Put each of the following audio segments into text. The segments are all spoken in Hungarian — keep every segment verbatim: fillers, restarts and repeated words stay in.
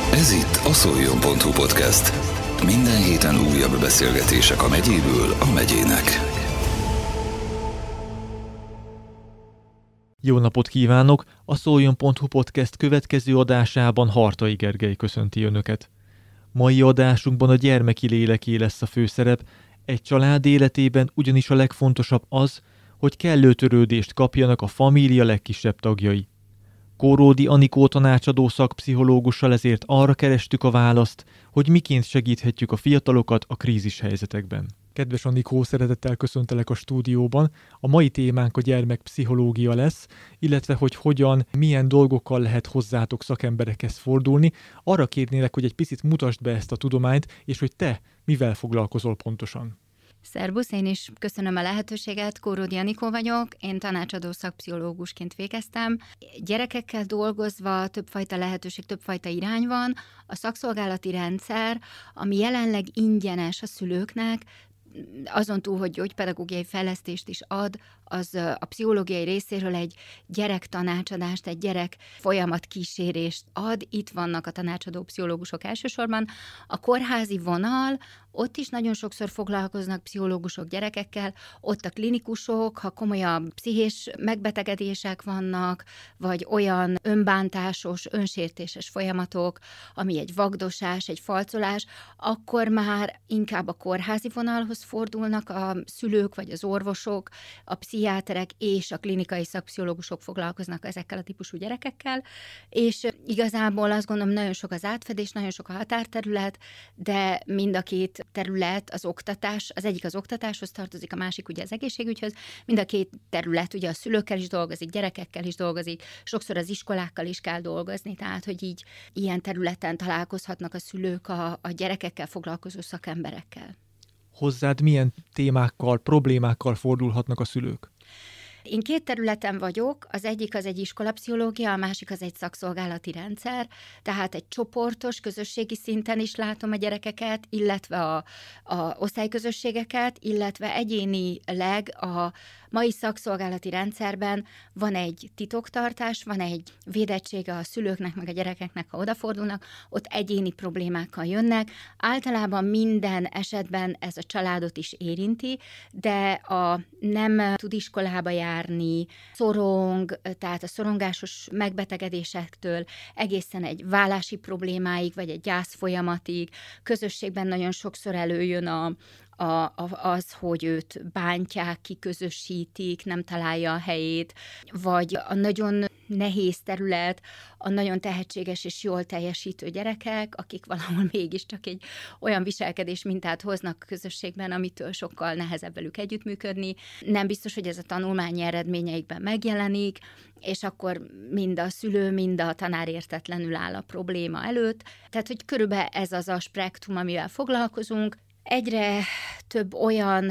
Ez itt a Szóljon pont hu podcast. Minden héten újabb beszélgetések a megyéből a megyének. Jó napot kívánok! A Szóljon pont hu podcast következő adásában Hartai Gergely köszönti Önöket. Mai adásunkban a gyermeki léleké lesz a főszerep. Egy család életében ugyanis a legfontosabb az, hogy kellő törődést kapjanak a família legkisebb tagjai. Kóródi Anikó tanácsadó szakpszichológussal ezért arra kerestük a választ, hogy miként segíthetjük a fiatalokat a krízis helyzetekben. Kedves Anikó, szeretettel köszöntelek a stúdióban. A mai témánk a gyermekpszichológia lesz, illetve hogy hogyan, milyen dolgokkal lehet hozzátok szakemberekhez fordulni. Arra kérnélek, hogy egy picit mutasd be ezt a tudományt, és hogy te mivel foglalkozol pontosan. Szerbusz, én is köszönöm a lehetőséget, Kóródi Anikó vagyok, én tanácsadó szakpszichológusként végeztem. Gyerekekkel dolgozva többfajta lehetőség, többfajta irány van. A szakszolgálati rendszer, ami jelenleg ingyenes a szülőknek, azon túl, hogy gyógypedagógiai fejlesztést is ad, az a pszichológiai részéről egy gyerektanácsadást, egy gyerek folyamatkísérést ad. Itt vannak a tanácsadó pszichológusok elsősorban. A kórházi vonal, ott is nagyon sokszor foglalkoznak pszichológusok gyerekekkel, ott a klinikusok, ha komolyabb pszichés megbetegedések vannak, vagy olyan önbántásos, önsértéses folyamatok, ami egy vagdosás, egy falcolás, akkor már inkább a kórházi vonalhoz fordulnak a szülők, vagy az orvosok, a pszichiáterek és a klinikai szakpszichológusok foglalkoznak ezekkel a típusú gyerekekkel, és igazából azt gondolom, nagyon sok az átfedés, nagyon sok a határterület, de mind a két terület, az oktatás, az egyik az oktatáshoz tartozik, a másik ugye az egészségügyhöz, mind a két terület ugye a szülőkkel is dolgozik, gyerekekkel is dolgozik, sokszor az iskolákkal is kell dolgozni, tehát hogy így ilyen területen találkozhatnak a szülők a, a gyerekekkel foglalkozó szakemberekkel. Hozzád milyen témákkal, problémákkal fordulhatnak a szülők? Én két területen vagyok, az egyik az egy iskolapszichológia, a másik az egy szakszolgálati rendszer, tehát egy csoportos, közösségi szinten is látom a gyerekeket, illetve a, a osztályközösségeket, illetve egyénileg a mai szakszolgálati rendszerben van egy titoktartás, van egy védettsége a szülőknek, meg a gyerekeknek, ha odafordulnak, ott egyéni problémákkal jönnek. Általában minden esetben ez a családot is érinti, de a nem tud iskolába járni, szorong, tehát a szorongásos megbetegedésektől egészen egy vállási problémáig, vagy egy gyász folyamatig, közösségben nagyon sokszor előjön a A, a, az, hogy őt bántják, kiközösítik, nem találja a helyét, vagy a nagyon nehéz terület, a nagyon tehetséges és jól teljesítő gyerekek, akik valahol mégiscsak egy olyan viselkedés mintát hoznak a közösségben, amitől sokkal nehezebb velük együttműködni. Nem biztos, hogy ez a tanulmányi eredményeikben megjelenik, és akkor mind a szülő, mind a tanár értetlenül áll a probléma előtt. Tehát, hogy körülbelül ez az a spektrum, amivel foglalkozunk. Egyre több olyan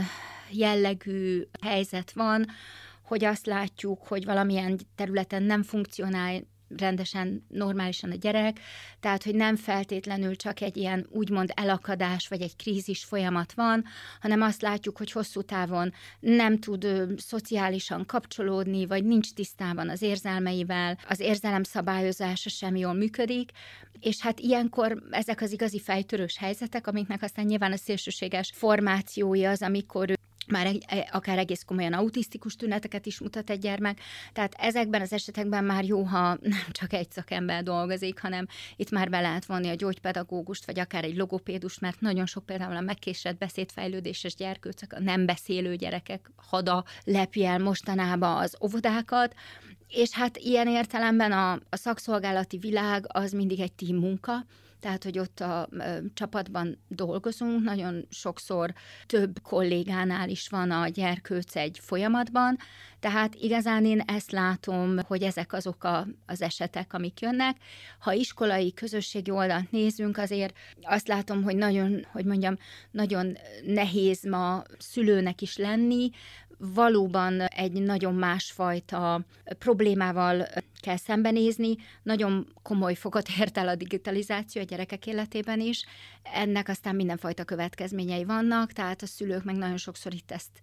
jellegű helyzet van, hogy azt látjuk, hogy valamilyen területen nem funkcionál rendesen, normálisan a gyerek, tehát, hogy nem feltétlenül csak egy ilyen úgymond elakadás, vagy egy krízis folyamat van, hanem azt látjuk, hogy hosszú távon nem tud ö, szociálisan kapcsolódni, vagy nincs tisztában az érzelmeivel, az érzelem szabályozása sem jól működik, és hát ilyenkor ezek az igazi fejtörős helyzetek, amiknek aztán nyilván a szélsőséges formációja az, amikor már akár egész komolyan autisztikus tüneteket is mutat egy gyermek. Tehát ezekben az esetekben már jó, ha nem csak egy szakember dolgozik, hanem itt már be lehet vonni a gyógypedagógust, vagy akár egy logopédust, mert nagyon sok például a megkésett beszédfejlődéses gyerkőcök, a nem beszélő gyerekek hada lepje el mostanában az óvodákat, és hát ilyen értelemben a, a szakszolgálati világ az mindig egy team munka, tehát, hogy ott a ö, csapatban dolgozunk, nagyon sokszor több kollégánál is van a gyerkőc egy folyamatban, tehát igazán én ezt látom, hogy ezek azok a, az esetek, amik jönnek. Ha iskolai közösségi oldalt nézünk, azért azt látom, hogy nagyon, hogy mondjam, nagyon nehéz ma szülőnek is lenni, valóban egy nagyon másfajta problémával kell szembenézni, nagyon komoly fokot ért el a digitalizáció a gyerekek életében is, ennek aztán mindenfajta következményei vannak, tehát a szülők meg nagyon sokszor itt ezt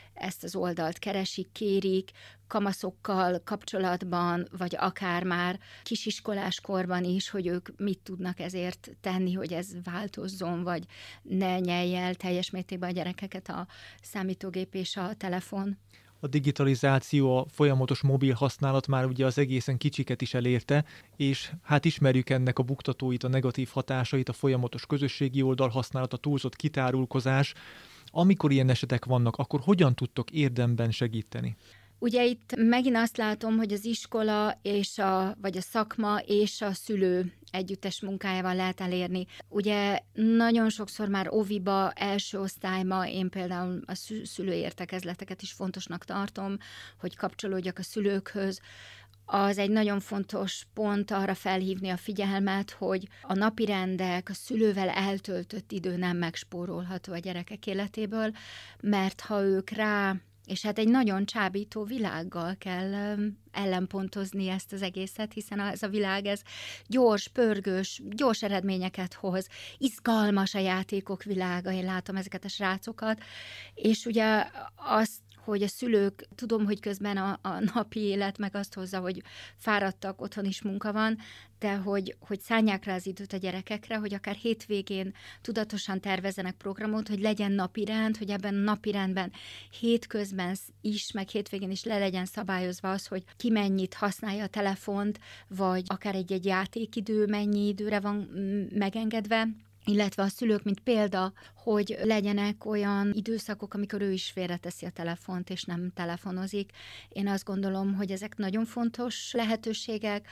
ezt az oldalt keresik, kérik, kamaszokkal kapcsolatban, vagy akár már kisiskolás korban is, hogy ők mit tudnak ezért tenni, hogy ez változzon, vagy ne nyelje el teljes mértékben a gyerekeket a számítógép és a telefon. A digitalizáció, a folyamatos mobil használat már ugye az egészen kicsiket is elérte, és hát ismerjük ennek a buktatóit, a negatív hatásait, a folyamatos közösségi oldal használat, a túlzott kitárulkozás. Amikor ilyen esetek vannak, akkor hogyan tudtok érdemben segíteni? Ugye itt megint azt látom, hogy az iskola és a, vagy a szakma és a szülő együttes munkájával lehet elérni. Ugye nagyon sokszor már óviba, első osztályba, én például a szülőértekezleteket is fontosnak tartom, hogy kapcsolódjak a szülőkhöz. Az egy nagyon fontos pont arra felhívni a figyelmet, hogy a napirendek, a szülővel eltöltött idő nem megspórolható a gyerekek életéből, mert ha ők rá és hát egy nagyon csábító világgal kell ellenpontozni ezt az egészet, hiszen ez a világ, ez gyors, pörgős, gyors eredményeket hoz, izgalmas a játékok világa, én látom ezeket a srácokat, és ugye azt, hogy a szülők, tudom, hogy közben a, a napi élet meg azt hozza, hogy fáradtak, otthon is munka van, de hogy, hogy szánják rá az időt a gyerekekre, hogy akár hétvégén tudatosan tervezzenek programot, hogy legyen napirend, hogy ebben a napirendben hétközben is, meg hétvégén is le legyen szabályozva az, hogy ki mennyit használja a telefont, vagy akár egy-egy játékidő, mennyi időre van megengedve, illetve a szülők, mint példa, hogy legyenek olyan időszakok, amikor ő is félreteszi a telefont, és nem telefonozik. Én azt gondolom, hogy ezek nagyon fontos lehetőségek.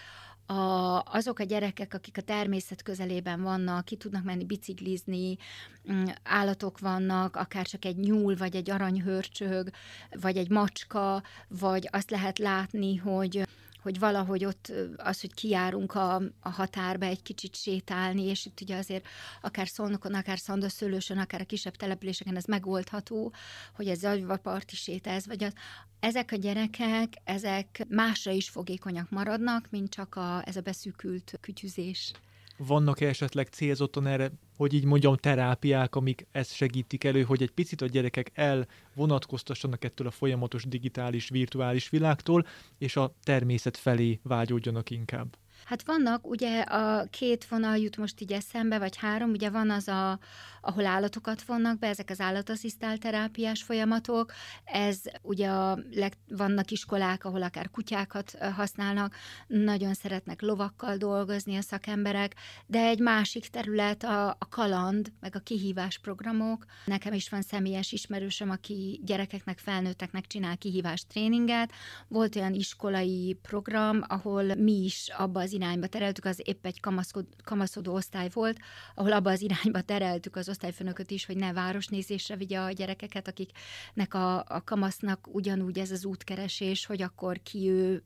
A, azok a gyerekek, akik a természet közelében vannak, ki tudnak menni biciklizni, állatok vannak, akár csak egy nyúl, vagy egy aranyhörcsög, vagy egy macska, vagy azt lehet látni, hogy hogy valahogy ott az, hogy kijárunk a, a határba egy kicsit sétálni, és itt ugye azért akár Szolnokon, akár Szandaszőlősön, akár a kisebb településeken ez megoldható, hogy ez vagy parti séta, ez vagy az. Ezek a gyerekek, ezek másra is fogékonyak maradnak, mint csak a, ez a beszűkült kütyüzés. Vannak-e esetleg célzottan erre, hogy így mondjam, terápiák, amik ezt segítik elő, hogy egy picit a gyerekek elvonatkoztassanak ettől a folyamatos digitális, virtuális világtól, és a természet felé vágyódjanak inkább? Hát vannak, ugye a két vonal jut most így eszembe, vagy három, ugye van az, a, ahol állatokat vonnak be, ezek az állatasszisztált terápiás folyamatok, ez ugye a leg, vannak iskolák, ahol akár kutyákat használnak, nagyon szeretnek lovakkal dolgozni a szakemberek, de egy másik terület a, a kaland, meg a kihívás programok. Nekem is van személyes ismerősöm, aki gyerekeknek, felnőtteknek csinál kihívás tréninget. Volt olyan iskolai program, ahol mi is abba az irányba tereltük, az épp egy kamaszodó osztály volt, ahol abba az irányba tereltük az osztályfőnököt is, hogy ne városnézésre vigye a gyerekeket, akiknek a, a kamasznak ugyanúgy ez az útkeresés, hogy akkor ki ő,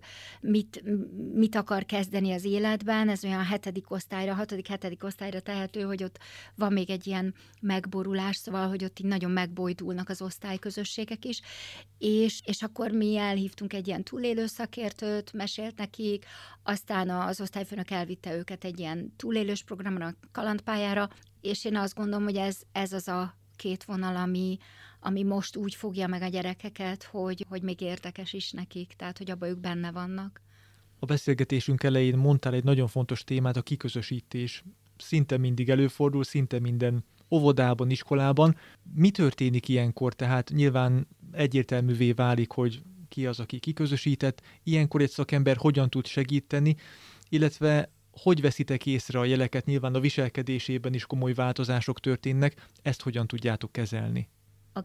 mit, mit akar kezdeni az életben, ez olyan hetedik osztályra, hatodik, hetedik osztályra tehető, hogy ott van még egy ilyen megborulás, szóval, hogy ott így nagyon megbojdulnak az osztályközösségek is, és, és akkor mi elhívtunk egy ilyen túlélő szakértőt, mesélt nekik, aztán az osztályfőnök elvitte őket egy ilyen túlélős programra, kalandpályára, és én azt gondolom, hogy ez, ez az a két vonal, ami, ami most úgy fogja meg a gyerekeket, hogy, hogy még érdekes is nekik, tehát hogy abban ők benne vannak. A beszélgetésünk elején mondtál egy nagyon fontos témát, a kiközösítés. Szinte mindig előfordul, szinte minden óvodában, iskolában. Mi történik ilyenkor? Tehát nyilván egyértelművé válik, hogy ki az, aki kiközösített, ilyenkor egy szakember hogyan tud segíteni, illetve hogy veszitek észre a jeleket, nyilván a viselkedésében is komoly változások történnek, ezt hogyan tudjátok kezelni? A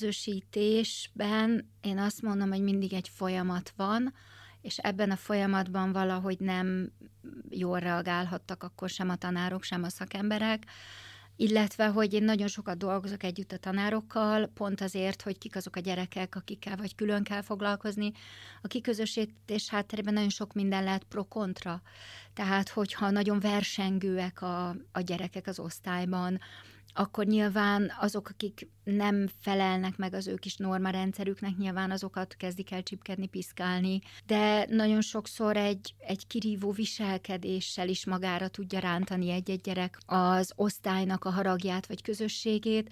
kiközösítésben én azt mondom, hogy mindig egy folyamat van, és ebben a folyamatban valahogy nem jól reagálhattak akkor sem a tanárok, sem a szakemberek, illetve, hogy én nagyon sokat dolgozok együtt a tanárokkal, pont azért, hogy kik azok a gyerekek, akikkel vagy külön kell foglalkozni. A kiközösítés hátterében nagyon sok minden lehet pro-kontra. Tehát, hogyha nagyon versengőek a, a gyerekek az osztályban, akkor nyilván azok, akik nem felelnek meg az ő kis normarendszerüknek, nyilván azokat kezdik el csipkedni, piszkálni, de nagyon sokszor egy, egy kirívó viselkedéssel is magára tudja rántani egy-egy gyerek az osztálynak a haragját vagy közösségét,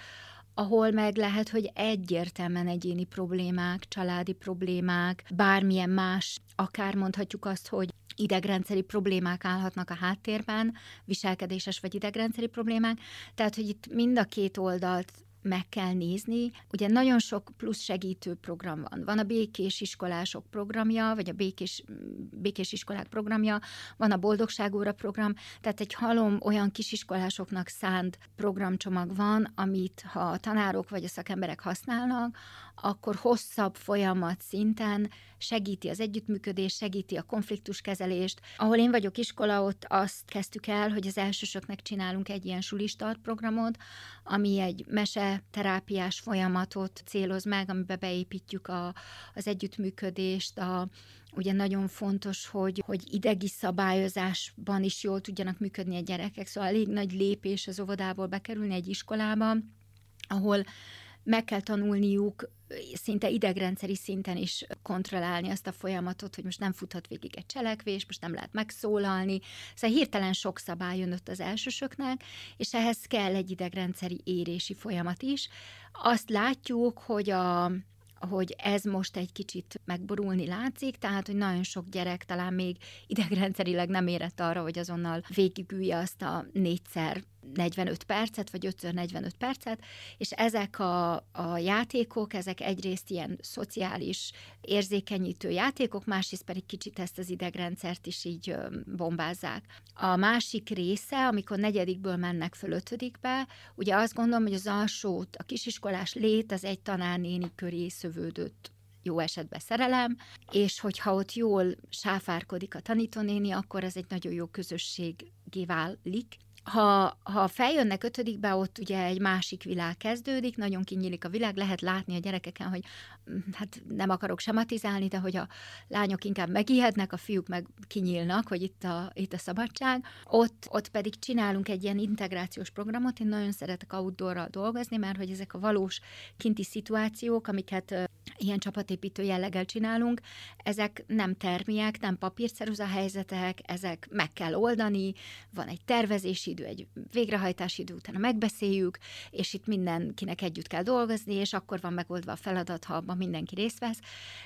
ahol meg lehet, hogy egyértelműen egyéni problémák, családi problémák, bármilyen más, akár mondhatjuk azt, hogy idegrendszeri problémák állhatnak a háttérben, viselkedéses vagy idegrendszeri problémák, tehát, hogy itt mind a két oldalt meg kell nézni. Ugye nagyon sok plusz segítő program van. Van a békés iskolások programja, vagy a békés, békés iskolák programja, van a boldogságóra program, tehát egy halom olyan kisiskolásoknak szánt programcsomag van, amit ha a tanárok vagy a szakemberek használnak, akkor hosszabb folyamat szinten segíti az együttműködést, segíti a konfliktuskezelést. Ahol én vagyok iskola, ott azt kezdtük el, hogy az elsősöknek csinálunk egy ilyen sulistart programot, ami egy meseterápiás folyamatot céloz meg, amiben beépítjük a, az együttműködést, a, ugye nagyon fontos, hogy, hogy idegi szabályozásban is jól tudjanak működni a gyerekek, szóval elég nagy lépés az óvodából bekerülni egy iskolába, ahol meg kell tanulniuk szinte idegrendszeri szinten is kontrollálni azt a folyamatot, hogy most nem futhat végig egy cselekvés, most nem lehet megszólalni. Szóval hirtelen sok szabály jön ott az elsősöknek, és ehhez kell egy idegrendszeri érési folyamat is. Azt látjuk, hogy a hogy ez most egy kicsit megborulni látszik, tehát, hogy nagyon sok gyerek talán még idegrendszerileg nem érett arra, hogy azonnal végigülje azt a négyszer negyvenöt percet, vagy ötször negyvenöt percet, és ezek a, a játékok, ezek egyrészt ilyen szociális érzékenyítő játékok, másrészt pedig kicsit ezt az idegrendszert is így bombázzák. A másik része, amikor negyedikből mennek föl ötödikbe, ugye azt gondolom, hogy az alsó, a kisiskolás lét az egy tanárnéni köré szövődött jó esetben szerelem, és hogyha ott jól sáfárkodik a tanítónéni, akkor ez egy nagyon jó közösségé válik. Ha, ha feljönnek ötödikbe, ott ugye egy másik világ kezdődik, nagyon kinyílik a világ, lehet látni a gyerekeken, hogy hát nem akarok sematizálni, de hogy a lányok inkább megijednek, a fiúk meg kinyílnak, hogy itt a, itt a szabadság. Ott, ott pedig csinálunk egy ilyen integrációs programot, én nagyon szeretek outdoorral dolgozni, mert hogy ezek a valós kinti szituációk, amiket ilyen csapatépítő jelleggel csinálunk, ezek nem termiek, nem papírceruza helyzetek, ezek meg kell oldani, van egy tervezési idő, egy végrehajtási idő, utána megbeszéljük, és itt mindenkinek együtt kell dolgozni, és akkor van megoldva a feladat, ha abban mindenki részt vesz.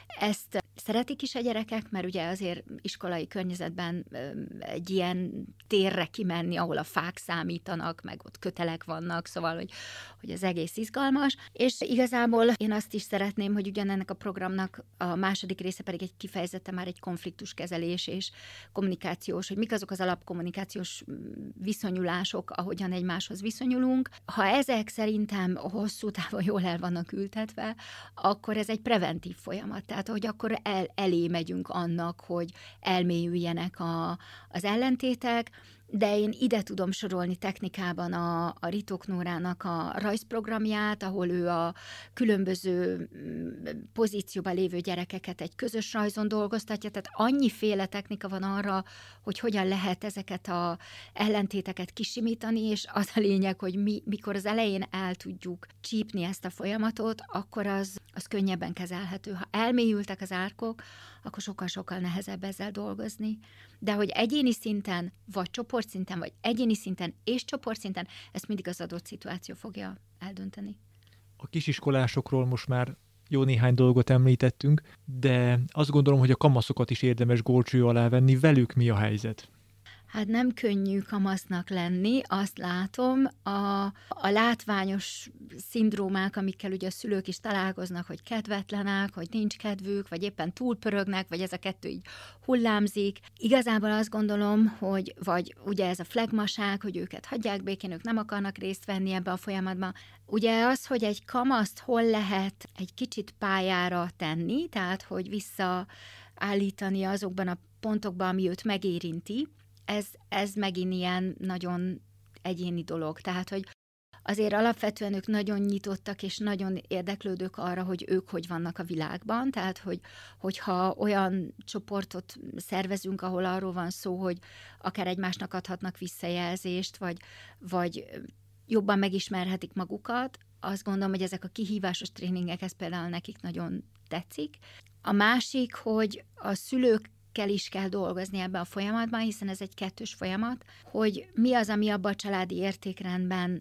Ezt szeretik is a gyerekek, mert ugye azért iskolai környezetben egy ilyen térre kimenni, ahol a fák számítanak, meg ott kötelek vannak, szóval, hogy, hogy az egész izgalmas. És igazából én azt is szeretném, hogy ugyanennek a programnak a második része pedig egy kifejezetten már egy konfliktuskezelés és kommunikációs, hogy mik azok az alapkommunikációs viszonyulások, ahogyan egymáshoz viszonyulunk. Ha ezek szerintem hosszú távon jól el vannak ültetve, akkor ez egy preventív folyamat. Tehát, hogy akkor el, elé megyünk annak, hogy elmélyüljenek a, az ellentétek, de én ide tudom sorolni technikában a, a Ritók Nórának a rajzprogramját, ahol ő a különböző pozícióban lévő gyerekeket egy közös rajzon dolgoztatja, tehát annyiféle technika van arra, hogy hogyan lehet ezeket az ellentéteket kisimítani, és az a lényeg, hogy mi, mikor az elején el tudjuk csípni ezt a folyamatot, akkor az, az könnyebben kezelhető. Ha elmélyültek az árkok, akkor sokkal-sokkal nehezebb ezzel dolgozni. De hogy egyéni szinten, vagy csoportszinten, vagy egyéni szinten és csoportszinten, ezt mindig az adott szituáció fogja eldönteni. A kisiskolásokról most már jó néhány dolgot említettünk, de azt gondolom, hogy a kamaszokat is érdemes górcső alá venni. Velük mi a helyzet? Hát nem könnyű kamasznak lenni, azt látom. A, a látványos szindrómák, amikkel ugye a szülők is találkoznak, hogy kedvetlenek, hogy nincs kedvük, vagy éppen túlpörögnek, vagy ez a kettő így hullámzik. Igazából azt gondolom, hogy vagy ugye ez a flegmaság, hogy őket hagyják békén, ők nem akarnak részt venni ebbe a folyamatban. Ugye az, hogy egy kamaszt hol lehet egy kicsit pályára tenni, tehát hogy visszaállítani azokban a pontokban, ami őt megérinti, Ez, ez megint ilyen nagyon egyéni dolog. Tehát, hogy azért alapvetően ők nagyon nyitottak, és nagyon érdeklődők arra, hogy ők hogy vannak a világban. Tehát, hogy, hogyha olyan csoportot szervezünk, ahol arról van szó, hogy akár egymásnak adhatnak visszajelzést, vagy, vagy jobban megismerhetik magukat, azt gondolom, hogy ezek a kihívásos tréningek, ez például nekik nagyon tetszik. A másik, hogy a szülők kell is kell dolgozni ebben a folyamatban, hiszen ez egy kettős folyamat, hogy mi az, ami abban a családi értékrendben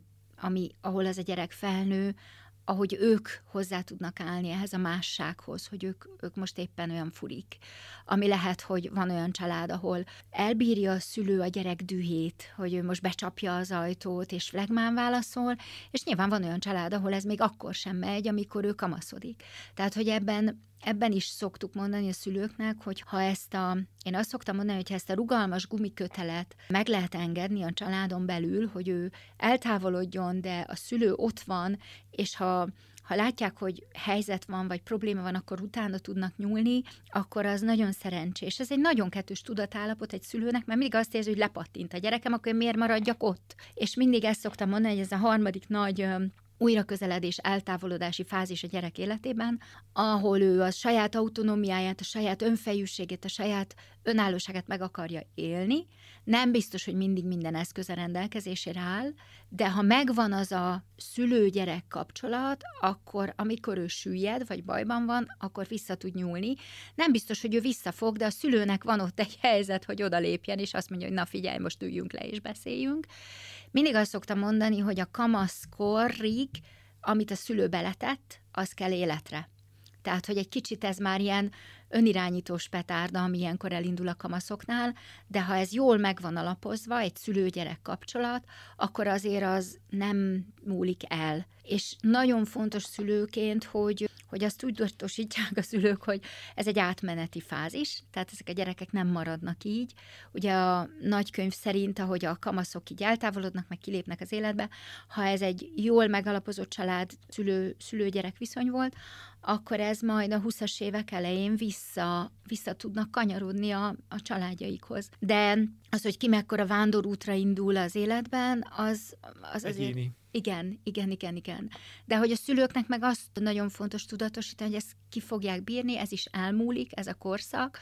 ami, ahol az a gyerek felnő, ahogy ők hozzá tudnak állni ehhez a mássághoz, hogy ők, ők most éppen olyan furik. Ami lehet, hogy van olyan család, ahol elbírja a szülő a gyerek dühét, hogy ő most becsapja az ajtót, és flegmán válaszol, és nyilván van olyan család, ahol ez még akkor sem megy, amikor ő kamaszodik. Tehát, hogy ebben Ebben is szoktuk mondani a szülőknek, hogy ha ezt a, én azt szoktam mondani, hogy ha ezt a rugalmas gumikötelet meg lehet engedni a családon belül, hogy ő eltávolodjon, de a szülő ott van, és ha, ha látják, hogy helyzet van, vagy probléma van, akkor utána tudnak nyúlni, akkor az nagyon szerencsés. Ez egy nagyon kettős tudatállapot egy szülőnek, mert mindig azt érzi, hogy lepattint a gyerekem, akkor miért maradjak ott? És mindig ezt szoktam mondani, hogy ez a harmadik nagy újraközeledés, eltávolodási fázis a gyerek életében, ahol ő a saját autonómiáját, a saját önfejűségét, a saját önállóságát meg akarja élni. Nem biztos, hogy mindig minden eszköze rendelkezésére áll, de ha megvan az a szülő-gyerek kapcsolat, akkor amikor ő süllyed, vagy bajban van, akkor vissza tud nyúlni. Nem biztos, hogy ő visszafog, de a szülőnek van ott egy helyzet, hogy odalépjen, és azt mondja, hogy na figyelj, most üljünk le és beszéljünk. Mindig azt szoktam mondani, hogy a kamaszkorig, amit a szülő beletett, az kell életre. Tehát, hogy egy kicsit ez már ilyen önirányítós petárda, ami ilyenkor elindul a kamaszoknál, de ha ez jól meg van alapozva, egy szülő-gyerek kapcsolat, akkor azért az nem múlik el. És nagyon fontos szülőként, hogy, hogy azt úgy tudatosítsák a szülők, hogy ez egy átmeneti fázis, tehát ezek a gyerekek nem maradnak így. Ugye a nagykönyv szerint, ahogy a kamaszok így eltávolodnak, meg kilépnek az életbe, ha ez egy jól megalapozott család, szülő, szülő-gyerek viszony volt, akkor ez majd a huszas évek elején vissza, vissza tudnak kanyarodni a, a családjaikhoz. De az, hogy ki mekkora vándorútra indul az életben, az, az azért... Egyéni. Igen, igen, igen, igen. De hogy a szülőknek meg azt nagyon fontos tudatosítani, hogy ezt ki fogják bírni, ez is elmúlik, ez a korszak,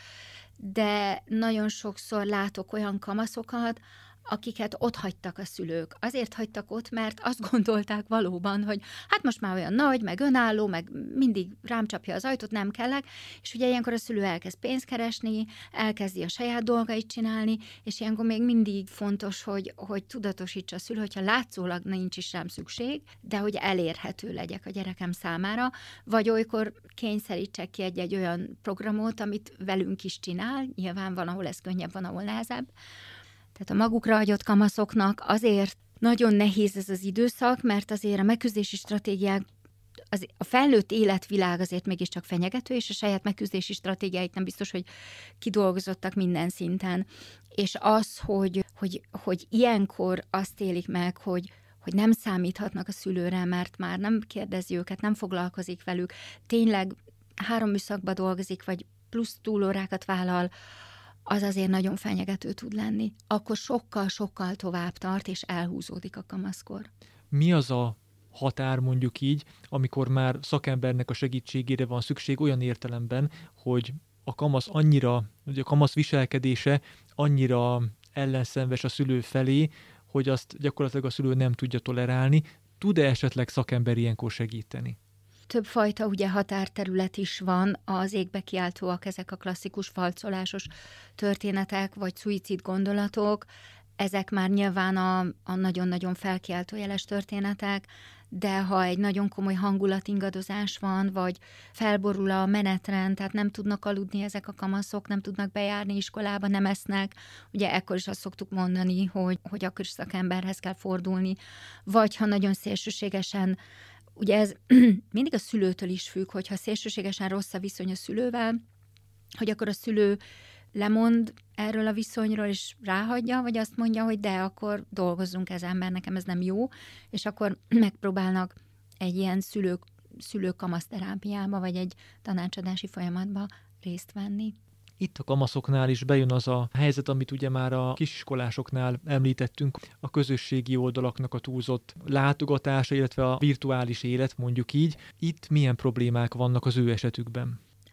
de nagyon sokszor látok olyan kamaszokat, akiket ott hagytak a szülők. Azért hagytak ott, mert azt gondolták valóban, hogy hát most már olyan nagy, meg önálló, meg mindig rám csapja az ajtót, nem kellek, és ugye ilyenkor a szülő elkezd pénzt keresni, elkezdi a saját dolgait csinálni, és ilyenkor még mindig fontos, hogy, hogy tudatosítsa a szülő, hogyha látszólag nincs is rám szükség, de hogy elérhető legyek a gyerekem számára, vagy olykor kényszerítsek ki egy-egy olyan programot, amit velünk is csinál, nyilván van, ahol ez könnyebb, van, ahol nehezebb. Tehát a magukra hagyott kamaszoknak azért nagyon nehéz ez az időszak, mert azért a megküzdési stratégiák, az, a felnőtt életvilág azért mégiscsak fenyegető, és a saját megküzdési stratégiáit nem biztos, hogy kidolgozottak minden szinten. És az, hogy, hogy, hogy ilyenkor azt élik meg, hogy, hogy nem számíthatnak a szülőre, mert már nem kérdezi őket, nem foglalkozik velük, tényleg három műszakban dolgozik, vagy plusz túlórákat vállal, az azért nagyon fenyegető tud lenni. Akkor sokkal-sokkal tovább tart, és elhúzódik a kamaszkor. Mi az a határ, mondjuk így, amikor már szakembernek a segítségére van szükség olyan értelemben, hogy a kamasz annyira, a kamasz viselkedése annyira ellenszenves a szülő felé, hogy azt gyakorlatilag a szülő nem tudja tolerálni. Tud-e esetleg szakember ilyenkor segíteni? Többfajta ugye határterület is van, az égbe kiáltóak ezek a klasszikus falcolásos történetek, vagy szuicid gondolatok, ezek már nyilván a, a nagyon-nagyon felkiáltó jeles történetek, de ha egy nagyon komoly hangulatingadozás van, vagy felborul a menetrend, tehát nem tudnak aludni ezek a kamaszok, nem tudnak bejárni iskolába, nem esznek, ugye ekkor is azt szoktuk mondani, hogy, hogy akkor is szakemberhez kell fordulni, vagy ha nagyon szélsőségesen. Ugye ez mindig a szülőtől is függ, hogyha szélsőségesen rossz a viszony a szülővel, hogy akkor a szülő lemond erről a viszonyról, és ráhagyja, vagy azt mondja, hogy de, akkor dolgozzunk ezen, mert nekem ez nem jó, és akkor megpróbálnak egy ilyen szülő, szülő-kamaszterápiába, vagy egy tanácsadási folyamatba részt venni. Itt a kamaszoknál is bejön az a helyzet, amit ugye már a kisiskolásoknál említettünk, a közösségi oldalaknak a túlzott látogatása, illetve a virtuális élet, mondjuk így. Itt milyen problémák vannak az ő esetükben?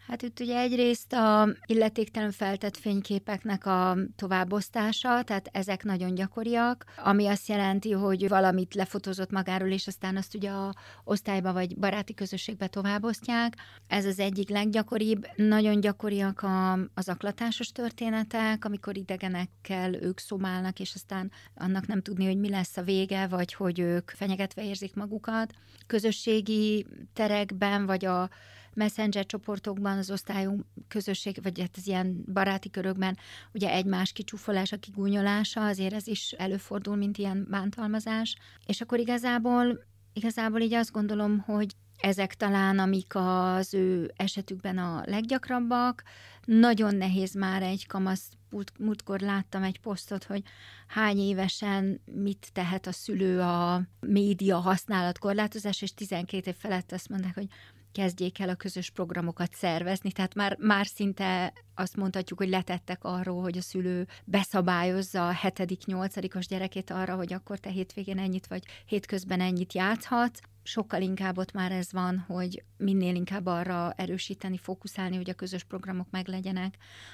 Hát itt ugye egyrészt a illetéktelen feltett fényképeknek a továbbosztása, tehát ezek nagyon gyakoriak, ami azt jelenti, hogy valamit lefotózott magáról, és aztán azt ugye a osztályba vagy baráti közösségbe továbbosztják. Ez az egyik leggyakoribb. Nagyon gyakoriak a, az aklatásos történetek, amikor idegenekkel ők szomálnak, és aztán annak nem tudni, hogy mi lesz a vége, vagy hogy ők fenyegetve érzik magukat. Közösségi terekben, vagy a messenger csoportokban, az osztályunk közösség, vagy hát az ilyen baráti körökben ugye egymás kicsúfolása, kigúnyolása, azért ez is előfordul, mint ilyen bántalmazás. És akkor igazából, igazából így azt gondolom, hogy ezek talán, amik az ő esetükben a leggyakrabbak. Nagyon nehéz már egy kamasz, múltkor láttam egy posztot, hogy hány évesen mit tehet a szülő a média használat korlátozás, és tizenkét év felett azt mondták, hogy kezdjék el a közös programokat szervezni, tehát már, már szinte azt mondhatjuk, hogy letettek arról, hogy a szülő beszabályozza a hetedik, nyolcadikos gyerekét arra, hogy akkor te hétvégén ennyit, vagy hétközben ennyit játszhat. Sokkal inkább ott már ez van, hogy minél inkább arra erősíteni, fókuszálni, hogy a közös programok meglegyenek.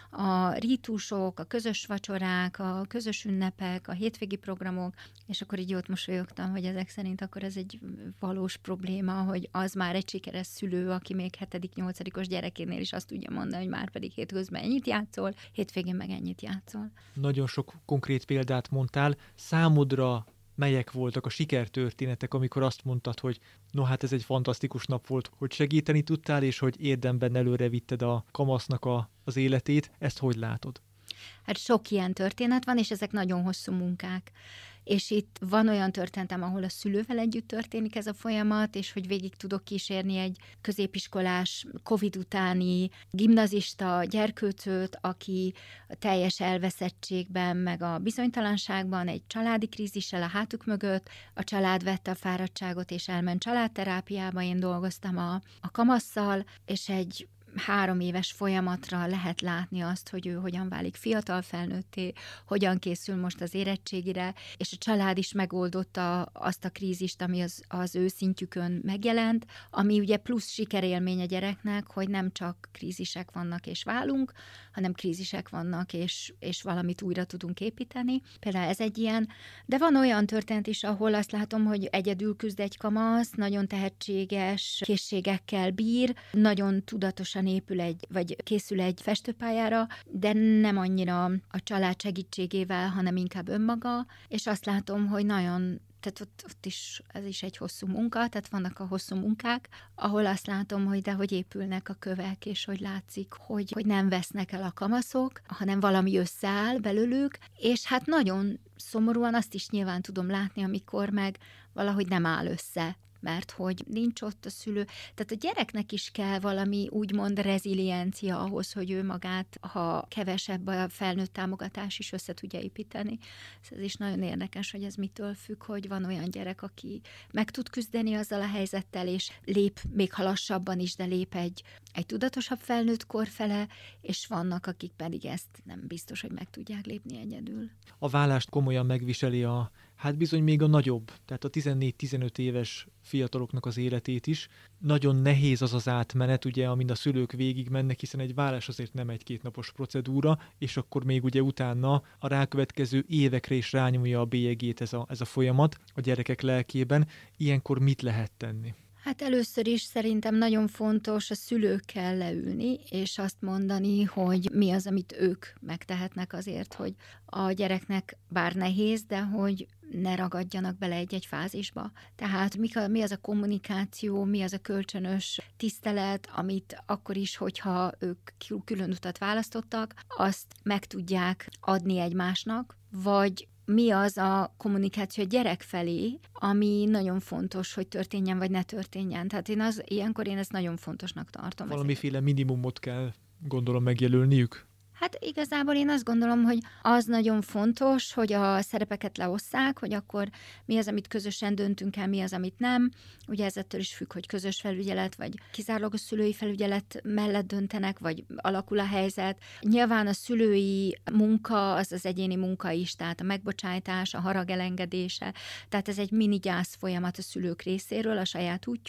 A rítusok, a közös vacsorák, a közös ünnepek, a hétvégi programok, és akkor így jót mosolyogtam, hogy ezek szerint akkor ez egy valós probléma, hogy az már egy sikeres szülő, aki még hetedik, nyolcadikos gyerekénél is azt tudja mondani, hogy már pedig hétközben ennyit játszol, hétvégén meg ennyit játszol. Nagyon sok konkrét példát mondtál. Számodra melyek voltak a sikertörténetek, amikor azt mondtad, hogy no hát ez egy fantasztikus nap volt, hogy segíteni tudtál, és hogy érdemben előre vitted a kamasznak a, az életét. Ezt hogy látod? Hát sok ilyen történet van, és ezek nagyon hosszú munkák. És itt van olyan történetem, ahol a szülővel együtt történik ez a folyamat, és hogy végig tudok kísérni egy középiskolás, Covid utáni gimnazista gyerkőcöt, aki a teljes elveszettségben, meg a bizonytalanságban egy családi krízissel a hátuk mögött, a család vette a fáradtságot, és elment családterápiába, én dolgoztam a, a kamasszal, és egy három éves folyamatra lehet látni azt, hogy ő hogyan válik fiatal felnőtté, hogyan készül most az érettségire, és a család is megoldotta azt a krízist, ami az, az ő szintjükön megjelent, ami ugye plusz sikerélmény a gyereknek, hogy nem csak krízisek vannak és válunk, hanem krízisek vannak, és, és valamit újra tudunk építeni. Például ez egy ilyen, de van olyan történet is, ahol azt látom, hogy egyedül küzd egy kamasz, nagyon tehetséges készségekkel bír, nagyon tudatosan épül egy, vagy készül egy festőpályára, de nem annyira a család segítségével, hanem inkább önmaga, és azt látom, hogy nagyon, tehát ott, ott is, ez is egy hosszú munka, tehát vannak a hosszú munkák, ahol azt látom, hogy de hogy épülnek a kövek, és hogy látszik, hogy, hogy nem vesznek el a kamaszok, hanem valami összeáll belőlük, és hát nagyon szomorúan azt is nyilván tudom látni, amikor meg valahogy nem áll össze, mert hogy nincs ott a szülő. Tehát a gyereknek is kell valami úgymond reziliencia ahhoz, hogy ő magát, ha kevesebb a felnőtt támogatás is össze tudja építeni. Ez is nagyon érdekes, hogy ez mitől függ, hogy van olyan gyerek, aki meg tud küzdeni azzal a helyzettel, és lép még ha lassabban is, de lép egy, egy tudatosabb felnőtt kor fele, és vannak, akik pedig ezt nem biztos, hogy meg tudják lépni egyedül. A vállást komolyan megviseli a, hát bizony még a nagyobb, tehát a tizennégy-tizenöt éves fiataloknak az életét is. Nagyon nehéz az az átmenet, ugye, amin a szülők végig mennek, hiszen egy vállás azért nem egy-két napos procedúra, és akkor még ugye utána a rákövetkező évekre is rányomja a bélyegét ez a, ez a folyamat a gyerekek lelkében. Ilyenkor mit lehet tenni? Hát először is szerintem nagyon fontos a szülőkkel leülni, és azt mondani, hogy mi az, amit ők megtehetnek azért, hogy a gyereknek bár nehéz, de hogy ne ragadjanak bele egy-egy fázisba. Tehát mi az a kommunikáció, mi az a kölcsönös tisztelet, amit akkor is, hogyha ők külön utat választottak, azt meg tudják adni egymásnak, vagy mi az a kommunikáció a gyerek felé, ami nagyon fontos, hogy történjen, vagy ne történjen. Tehát én az, ilyenkor én ezt nagyon fontosnak tartom. Valamiféle minimumot kell, gondolom, megjelölniük? Hát igazából én azt gondolom, hogy az nagyon fontos, hogy a szerepeket leosszák, hogy akkor mi az, amit közösen döntünk el, mi az, amit nem. Ugye ez ettől is függ, hogy közös felügyelet, vagy kizárólagos szülői felügyelet mellett döntenek, vagy alakul a helyzet. Nyilván a szülői munka, az az egyéni munka is, tehát a megbocsájtás, a harag elengedése. Tehát ez egy mini gyász folyamat a szülők részéről, a saját útjuk.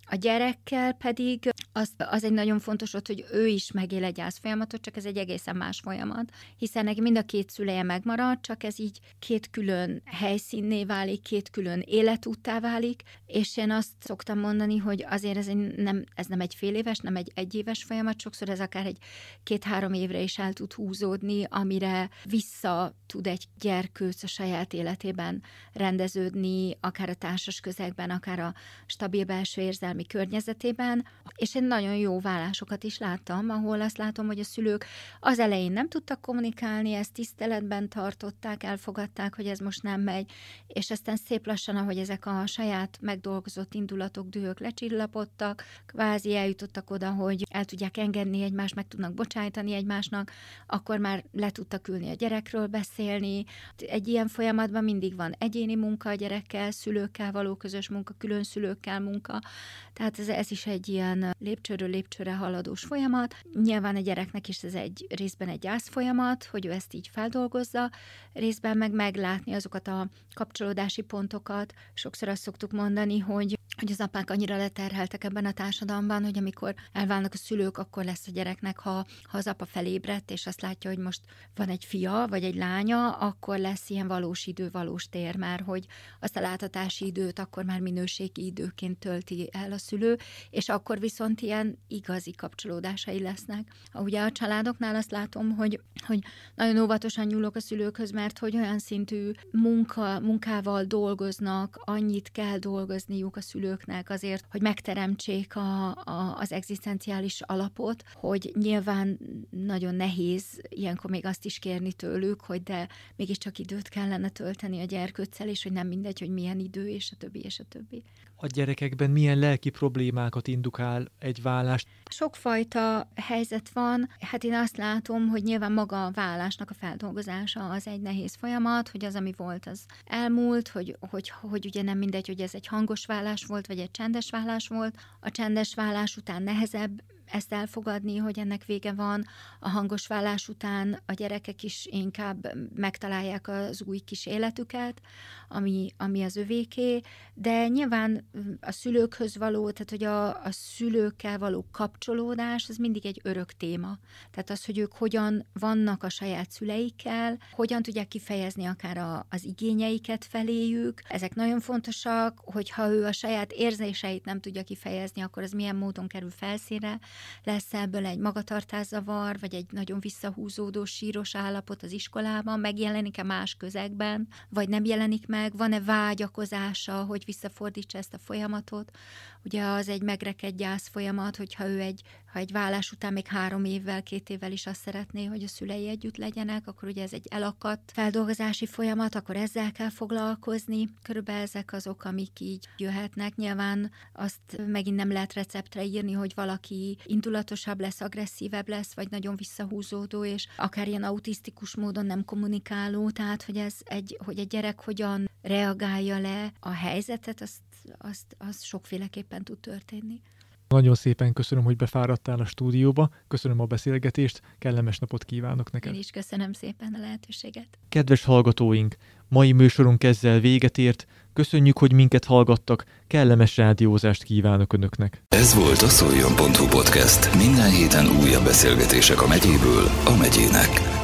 A gyerekkel pedig az, az egy nagyon fontos ott, hogy ő is megél egy gyász folyamatot, csak ez egy egészen más folyamat, hiszen neki mind a két szüleje megmarad, csak ez így két külön helyszínné válik, két külön életúttá válik, és én azt szoktam mondani, hogy azért ez, egy nem, ez nem egy fél éves, nem egy egyéves folyamat, sokszor ez akár egy két-három évre is el tud húzódni, amire vissza tud egy gyerkőc a saját életében rendeződni, akár a társas közegben, akár a stabil belső érzelmi környezetében, és én nagyon jó vállásokat is láttam, ahol azt látom, hogy a szülők az elején nem tudtak kommunikálni, ezt tiszteletben tartották, elfogadták, hogy ez most nem megy, és aztán szép lassan, ahogy ezek a saját megdolgozott indulatok, dühök lecsillapodtak, kvázi eljutottak oda, hogy el tudják engedni egymást, meg tudnak bocsájtani egymásnak, akkor már le tudtak ülni a gyerekről beszélni. Egy ilyen folyamatban mindig van egyéni munka a gyerekkel, szülőkkel való közös munka, külön szülőkkel munka, tehát ez, ez is egy ilyen lépcsőről lépcsőre haladós folyamat. Nyilván a gyereknek is ez egy részben egy gyász folyamat, hogy ő ezt így feldolgozza, részben meg meglátni azokat a kapcsolódási pontokat. Sokszor azt szoktuk mondani, hogy hogy az apák annyira leterheltek ebben a társadalomban, hogy amikor elválnak a szülők, akkor lesz a gyereknek, ha, ha az apa felébredt, és azt látja, hogy most van egy fia, vagy egy lánya, akkor lesz ilyen valós idő, valós tér már, hogy azt a láthatási időt akkor már minőségi időként tölti el a szülő, és akkor viszont ilyen igazi kapcsolódásai lesznek. Ugye a családoknál azt látom, hogy, hogy nagyon óvatosan nyúlok a szülőkhöz, mert hogy olyan szintű munka, munkával dolgoznak, annyit kell dolgozniuk a szülők, azért, hogy megteremtsék a, a, az egzisztenciális alapot, hogy nyilván nagyon nehéz ilyenkor még azt is kérni tőlük, hogy de mégiscsak időt kellene tölteni a gyerkőccel, és hogy nem mindegy, hogy milyen idő, és a többi, és a többi. A gyerekekben milyen lelki problémákat indukál egy vállás? Sokfajta helyzet van. Hát én azt látom, hogy nyilván maga a vállásnak a feldolgozása az egy nehéz folyamat, hogy az, ami volt, az elmúlt, hogy, hogy, hogy ugye nem mindegy, hogy ez egy hangos vállás volt, vagy egy csendes vállás volt. A csendes vállás után nehezebb ezt elfogadni, hogy ennek vége van. A hangos vállás után a gyerekek is inkább megtalálják az új kis életüket, ami, ami az övéké, de nyilván a szülőkhöz való, tehát hogy a, a szülőkkel való kapcsolódás, az mindig egy örök téma. Tehát az, hogy ők hogyan vannak a saját szüleikkel, hogyan tudják kifejezni akár a, az igényeiket feléjük. Ezek nagyon fontosak, hogyha ő a saját érzéseit nem tudja kifejezni, akkor az milyen módon kerül felszínre, lesz ebből egy magatartászavar, vagy egy nagyon visszahúzódó, síros állapot az iskolában, megjelenik-e más közegben, vagy nem jelenik meg, van-e vágyakozása, hogy visszafordítsa ezt a folyamatot. Ugye az egy megrekedt gyász folyamat, hogyha ő egy, ha egy vállás után még három évvel, két évvel is azt szeretné, hogy a szülei együtt legyenek, akkor ugye ez egy elakadt feldolgozási folyamat, akkor ezzel kell foglalkozni. Körülbelül ezek azok, amik így jöhetnek. Nyilván azt megint nem lehet receptre írni, hogy valaki indulatosabb lesz, agresszívebb lesz, vagy nagyon visszahúzódó, és akár ilyen autisztikus módon nem kommunikáló, tehát hogy ez egy, hogy egy gyerek hogyan reagálja le a helyzetet, azt, azt, azt sokféleképpen tud történni. Nagyon szépen köszönöm, hogy befáradtál a stúdióba, köszönöm a beszélgetést, kellemes napot kívánok neked. Én is köszönöm szépen a lehetőséget. Kedves hallgatóink, mai műsorunk ezzel véget ért, köszönjük, hogy minket hallgattak, kellemes rádiózást kívánok Önöknek. Ez volt a Szoljon pont hu podcast. Minden héten újabb beszélgetések a megyéből a megyének.